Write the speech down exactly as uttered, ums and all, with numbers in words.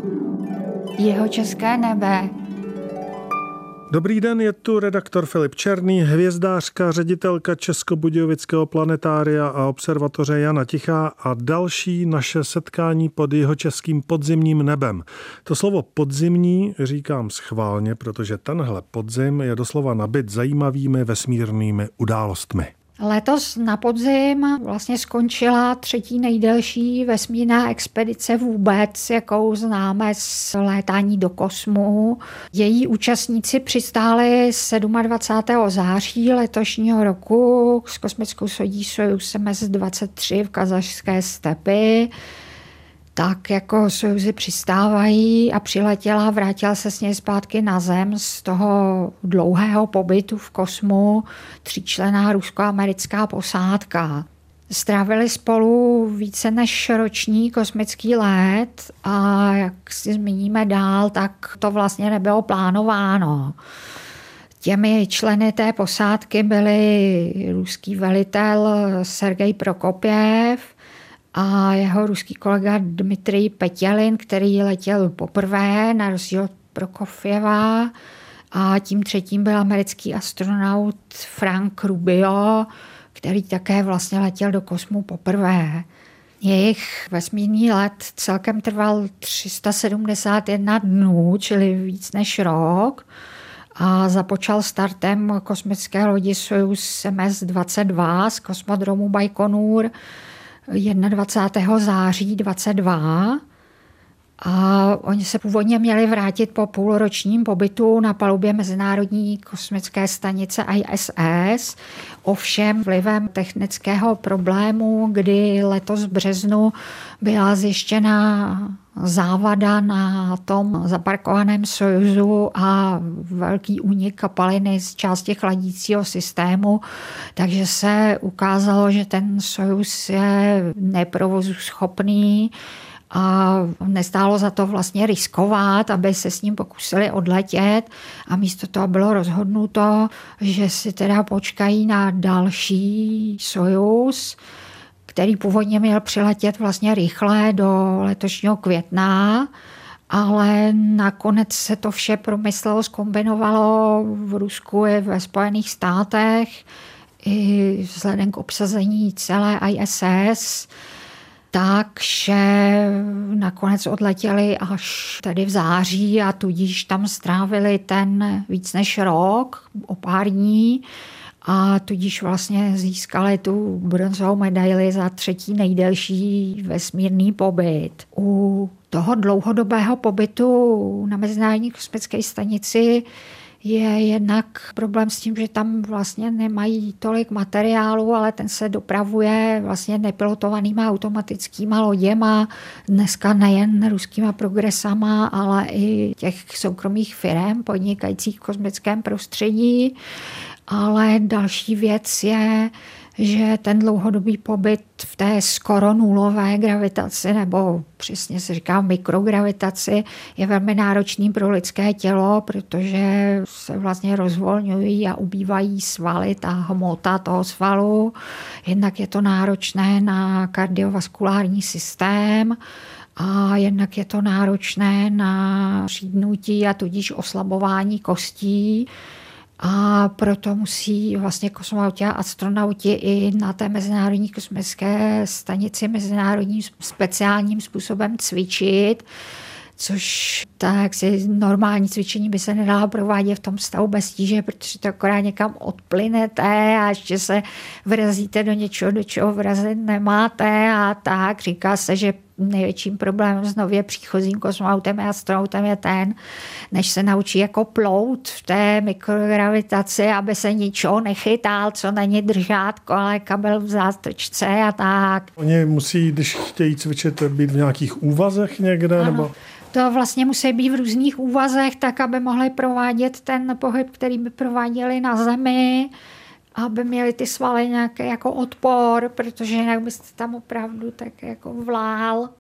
Jihočeské nebe. Dobrý den, je tu redaktor Filip Černý, hvězdářka, ředitelka Českobudějovického planetária a observatoře Jana Tichá a další naše setkání pod jihočeským podzimním nebem. To slovo podzimní říkám schválně, protože tenhle podzim je doslova nabit zajímavými vesmírnými událostmi. Letos na podzim vlastně skončila třetí nejdelší vesmírná expedice vůbec, jakou známe z létání do kosmu. Její účastníci přistáli dvacátého sedmého září letošního roku s kosmickou sodí Sojuz em es dvacet tři v kazašské stepy. Tak jako Sojuzy přistávají a přiletěla, vrátila se s něj zpátky na Zem z toho dlouhého pobytu v kosmu tříčlenná rusko-americká posádka. Strávili spolu více než roční kosmický let a jak si zmíníme dál, tak to vlastně nebylo plánováno. Těmi členy té posádky byli ruský velitel Sergej Prokopjev a jeho ruský kolega Dmitrij Petělin, který letěl poprvé na rozdíl od Prokofjeva, a tím třetím byl americký astronaut Frank Rubio, který také vlastně letěl do kosmu poprvé. Jejich vesmírný let celkem trval tři sta sedmdesát jedna dnů, čili víc než rok, a započal startem kosmické lodi Sojuz em es dvacet dva z kosmodromu Bajkonur dvacátého prvního září dvacet dva. A oni se původně měli vrátit po půlročním pobytu na palubě Mezinárodní kosmické stanice I S S. Ovšem vlivem technického problému, kdy letos v březnu byla zjištěna závada na tom zaparkovaném Sojuzu a velký únik kapaliny z části chladícího systému, takže se ukázalo, že ten Sojuz je neprovozu schopný a nestálo za to vlastně riskovat, aby se s ním pokusili odletět, a místo toho bylo rozhodnuto, že si teda počkají na další Sojuz, který původně měl přiletět vlastně rychle do letošního května, ale nakonec se to vše promyslelo, zkombinovalo v Rusku i ve Spojených státech i vzhledem k obsazení celé I S S, takže nakonec odletěli až tady v září a tudíž tam strávili ten víc než rok, o pár dní, a tudíž vlastně získali tu bronzovou medaili za třetí nejdelší vesmírný pobyt. U toho dlouhodobého pobytu na Mezinárodní kosmické stanici je jednak problém s tím, že tam vlastně nemají tolik materiálu, ale ten se dopravuje vlastně nepilotovanýma automatickýma loděma, dneska nejen ruskýma progresama, ale i těch soukromých firem podnikajících v kosmickém prostředí. Ale další věc je, že ten dlouhodobý pobyt v té skoro nulové gravitaci, nebo přesně se říká mikrogravitaci, je velmi náročný pro lidské tělo, protože se vlastně rozvolňují a ubývají svaly, ta hmota toho svalu. Jednak je to náročné na kardiovaskulární systém, a jednak je to náročné na řídnutí a tudíž oslabování kostí. A proto musí vlastně kosmonauti a astronauti i na té Mezinárodní kosmické stanici mezinárodním speciálním způsobem cvičit, což tak si normální cvičení by se nedala provádět v tom stavu bez tíže, protože to akorát někam odplynete a ještě se vrazíte do něčeho, do čeho vrazit nemáte, a tak. Říká se, že největším problémem s nově příchozím kosmonautem a astronautem je ten, než se naučí jako plout v té mikrogravitaci, aby se ničeho nechytal, co není držátko, ale kabel v zástrčce a tak. Oni musí, když chtějí cvičit, být v nějakých úvazech někde? Ano. Nebo... To vlastně musí být v různých úvazech, tak aby mohli provádět ten pohyb, který by prováděli na Zemi, aby měli ty svaly nějaký jako odpor, protože jinak byste tam opravdu tak jako vlál.